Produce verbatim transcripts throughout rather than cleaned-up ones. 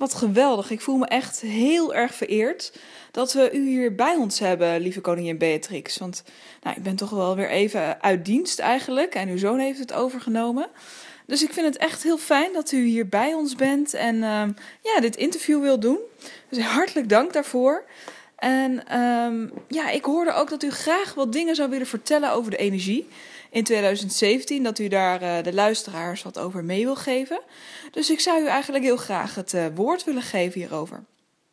Wat geweldig. Ik voel me echt heel erg vereerd dat we u hier bij ons hebben, lieve koningin Beatrix. Want nou, ik ben toch wel weer even uit dienst eigenlijk en uw zoon heeft het overgenomen. Dus ik vind het echt heel fijn dat u hier bij ons bent en uh, ja, dit interview wil doen. Dus hartelijk dank daarvoor. En um, ja, ik hoorde ook dat u graag wat dingen zou willen vertellen over de energie in twintig zeventien. Dat u daar uh, de luisteraars wat over mee wil geven. Dus ik zou u eigenlijk heel graag het uh, woord willen geven hierover.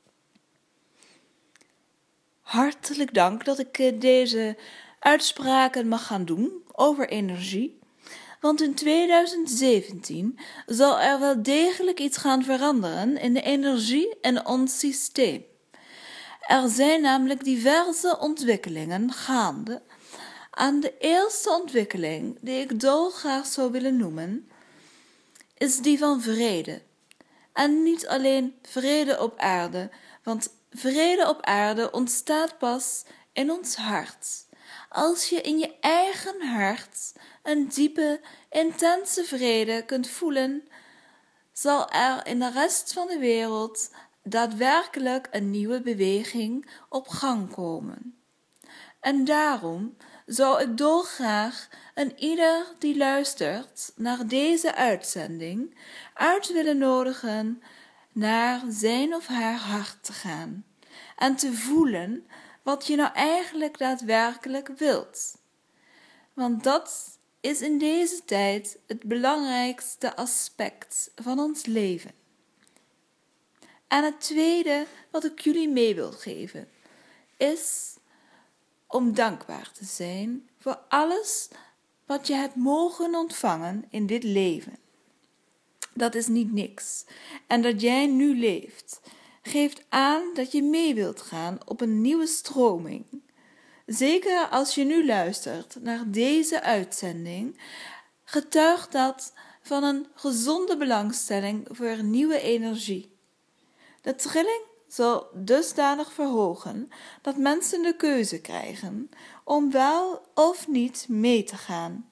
Hartelijk dank dat ik uh, deze uitspraken mag gaan doen over energie. Want in twintig zeventien zal er wel degelijk iets gaan veranderen in de energie en ons systeem. Er zijn namelijk diverse ontwikkelingen gaande. En de eerste ontwikkeling die ik dolgraag zou willen noemen, is die van vrede. En niet alleen vrede op aarde, want vrede op aarde ontstaat pas in ons hart. Als je in je eigen hart een diepe, intense vrede kunt voelen, zal er in de rest van de wereld daadwerkelijk een nieuwe beweging op gang komen. En daarom zou ik dolgraag een ieder die luistert naar deze uitzending uit willen nodigen naar zijn of haar hart te gaan en te voelen wat je nou eigenlijk daadwerkelijk wilt. Want dat is in deze tijd het belangrijkste aspect van ons leven. En het tweede wat ik jullie mee wil geven, is om dankbaar te zijn voor alles wat je hebt mogen ontvangen in dit leven. Dat is niet niks. En dat jij nu leeft, geeft aan dat je mee wilt gaan op een nieuwe stroming. Zeker als je nu luistert naar deze uitzending, getuigt dat van een gezonde belangstelling voor nieuwe energie. De trilling zal dusdanig verhogen dat mensen de keuze krijgen om wel of niet mee te gaan.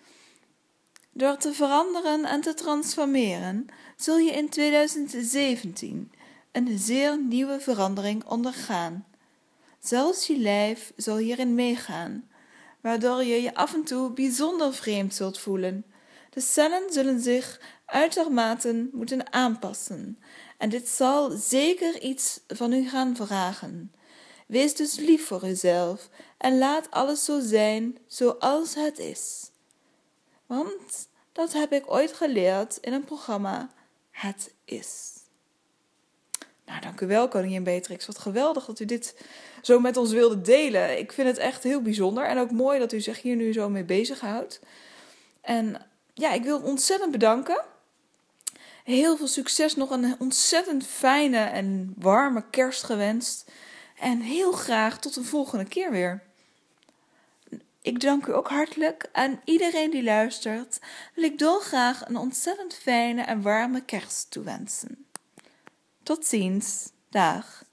Door te veranderen en te transformeren zul je in twintig zeventien een zeer nieuwe verandering ondergaan. Zelfs je lijf zal hierin meegaan, waardoor je je af en toe bijzonder vreemd zult voelen. De cellen zullen zich uitermate moeten aanpassen en dit zal zeker iets van u gaan vragen. Wees dus lief voor uzelf en laat alles zo zijn zoals het is. Want dat heb ik ooit geleerd in een programma, Het Is. Nou, dank u wel, koningin Beatrix. Wat geweldig dat u dit zo met ons wilde delen. Ik vind het echt heel bijzonder en ook mooi dat u zich hier nu zo mee bezighoudt. En ja, ik wil ontzettend bedanken. Heel veel succes, nog een ontzettend fijne en warme kerst gewenst. En heel graag tot de volgende keer weer. Ik dank u ook hartelijk aan iedereen die luistert. Wil ik dolgraag een ontzettend fijne en warme kerst toewensen. Tot ziens. Dag.